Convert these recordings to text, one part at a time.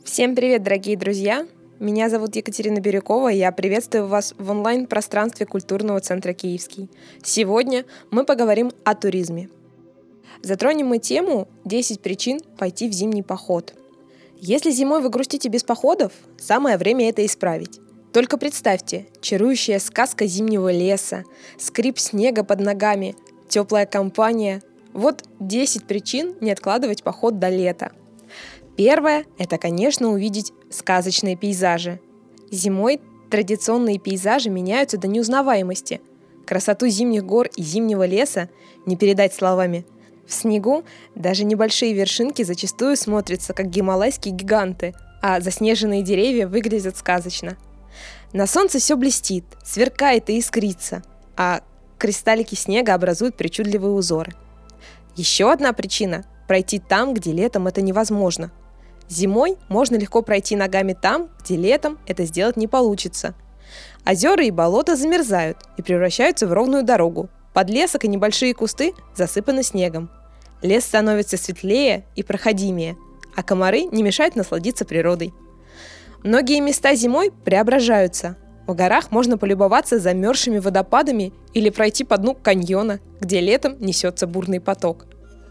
Всем привет, дорогие друзья! Меня зовут Екатерина Бирюкова, и я приветствую вас в онлайн-пространстве культурного центра «Киевский». Сегодня мы поговорим о туризме. Затронем мы тему «10 причин пойти в зимний поход». Если зимой вы грустите без походов, самое время это исправить. Только представьте, чарующая сказка зимнего леса, скрип снега под ногами, теплая компания. Вот 10 причин не откладывать поход до лета. Первое – это, конечно, увидеть сказочные пейзажи. Зимой традиционные пейзажи меняются до неузнаваемости. Красоту зимних гор и зимнего леса не передать словами. В снегу даже небольшие вершинки зачастую смотрятся как гималайские гиганты, а заснеженные деревья выглядят сказочно. На солнце все блестит, сверкает и искрится, а кристаллики снега образуют причудливые узоры. Еще одна причина – пройти там, где летом это невозможно. Зимой можно легко пройти ногами там, где летом это сделать не получится. Озера и болота замерзают и превращаются в ровную дорогу. Подлесок и небольшие кусты засыпаны снегом. Лес становится светлее и проходимее, а комары не мешают насладиться природой. Многие места зимой преображаются. В горах можно полюбоваться замерзшими водопадами или пройти по дну каньона, где летом несется бурный поток.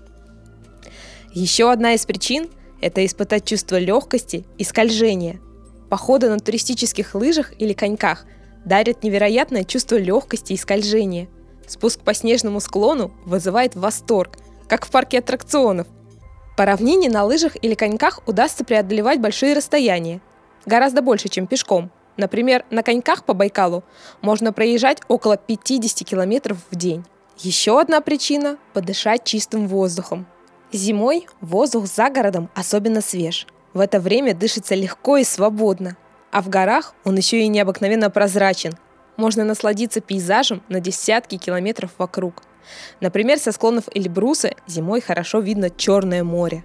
Еще одна из причин – это испытать чувство легкости и скольжения. Походы на туристических лыжах или коньках дарят невероятное чувство легкости и скольжения. Спуск по снежному склону вызывает восторг, как в парке аттракционов. По равнине на лыжах или коньках удастся преодолевать большие расстояния, гораздо больше, чем пешком. Например, на коньках по Байкалу можно проезжать около 50 километров в день. Еще одна причина – подышать чистым воздухом. Зимой воздух за городом особенно свеж. В это время дышится легко и свободно. А в горах он еще и необыкновенно прозрачен. Можно насладиться пейзажем на десятки километров вокруг. Например, со склонов Эльбруса зимой хорошо видно Черное море.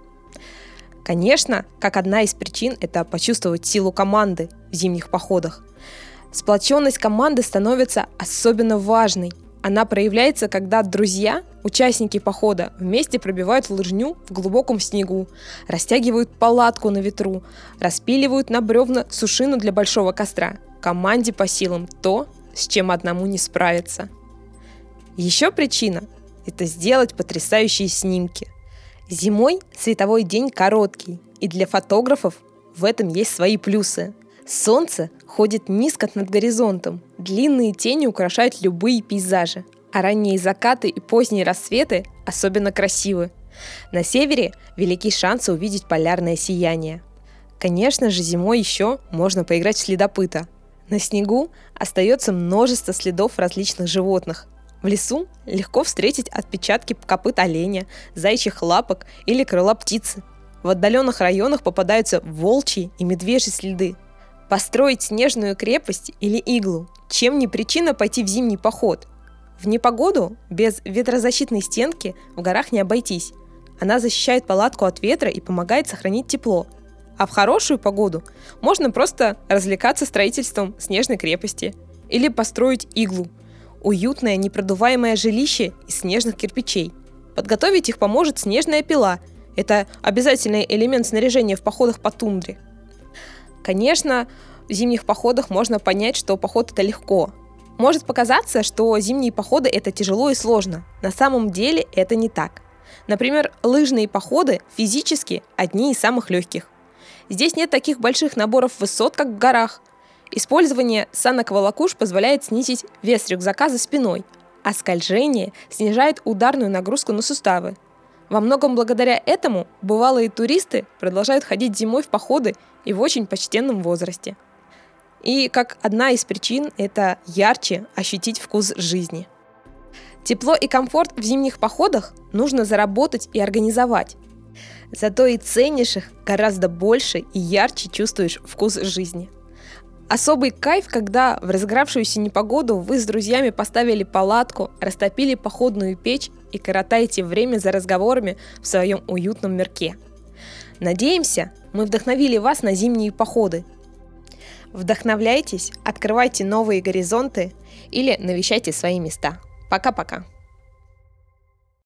Конечно, как одна из причин – это почувствовать силу команды в зимних походах. Сплоченность команды становится особенно важной. Она проявляется, когда друзья, участники похода, вместе пробивают лыжню в глубоком снегу, растягивают палатку на ветру, распиливают на бревна сушину для большого костра. Команде по силам то, с чем одному не справиться. Еще причина – это сделать потрясающие снимки. Зимой световой день короткий, и для фотографов в этом есть свои плюсы. Солнце ходит низко над горизонтом, длинные тени украшают любые пейзажи, а ранние закаты и поздние рассветы особенно красивы. На севере велики шансы увидеть полярное сияние. Конечно же, зимой еще можно поиграть в следопыта. На снегу остается множество следов различных животных. В лесу легко встретить отпечатки копыт оленя, заячьих лапок или крыла птицы. В отдаленных районах попадаются волчьи и медвежьи следы. Построить снежную крепость или иглу – чем не причина пойти в зимний поход? В непогоду без ветрозащитной стенки в горах не обойтись. Она защищает палатку от ветра и помогает сохранить тепло. А в хорошую погоду можно просто развлекаться строительством снежной крепости или построить иглу – уютное непродуваемое жилище из снежных кирпичей. Подготовить их поможет снежная пила – это обязательный элемент снаряжения в походах по тундре. Конечно, в зимних походах можно понять, что поход – это легко. Может показаться, что зимние походы – это тяжело и сложно. На самом деле это не так. Например, лыжные походы физически одни из самых легких. Здесь нет таких больших наборов высот, как в горах. Использование санок-волокуш позволяет снизить вес рюкзака за спиной, а скольжение снижает ударную нагрузку на суставы. Во многом благодаря этому бывалые туристы продолжают ходить зимой в походы и в очень почтенном возрасте. И как одна из причин – это ярче ощутить вкус жизни. Тепло и комфорт в зимних походах нужно заработать и организовать. Зато и ценишь их гораздо больше и ярче чувствуешь вкус жизни. Особый кайф, когда в разыгравшуюся непогоду вы с друзьями поставили палатку, растопили походную печь и коротаете время за разговорами в своем уютном мирке. Надеемся, мы вдохновили вас на зимние походы. Вдохновляйтесь, открывайте новые горизонты или навещайте свои места. Пока-пока!